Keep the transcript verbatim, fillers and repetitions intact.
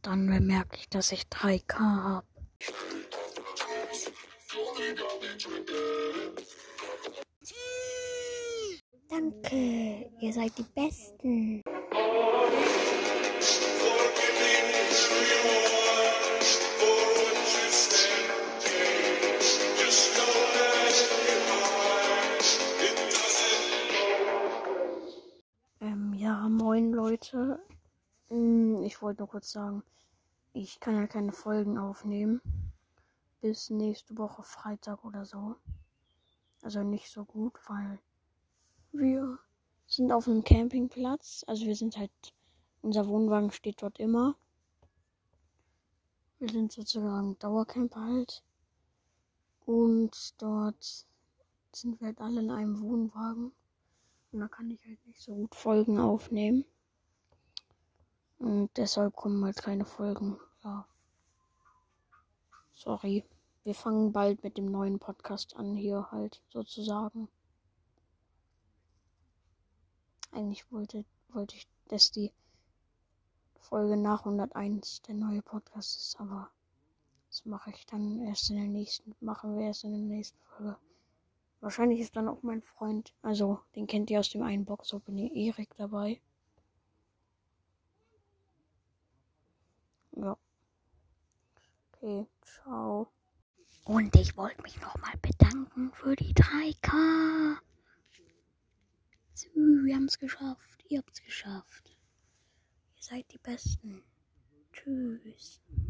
dann bemerke ich, dass ich drei K habe. Danke, ihr seid die Besten. Ähm, ja, moin Leute. Ich wollte nur kurz sagen, ich kann ja keine Folgen aufnehmen. Bis nächste Woche Freitag oder so. Also nicht so gut, weil wir sind auf einem Campingplatz. Also wir sind halt, unser Wohnwagen steht dort immer. Wir sind sozusagen Dauercamper halt. Und dort sind wir halt alle in einem Wohnwagen. Und da kann ich halt nicht so gut Folgen aufnehmen. Und deshalb kommen halt keine Folgen. Ja. Sorry. Wir fangen bald mit dem neuen Podcast an, hier halt sozusagen. Eigentlich wollte, wollte ich, dass die Folge nach hunderteins der neue Podcast ist, aber das mache ich dann erst in der nächsten, machen wir erst in der nächsten Folge. Wahrscheinlich ist dann auch mein Freund, also den kennt ihr aus dem einen Box-Opening, Erik, dabei. Ja. Okay, ciao. Und ich wollte mich nochmal bedanken für die drei K. So, wir haben es geschafft. Ihr habt es geschafft. Ihr seid die Besten. Tschüss.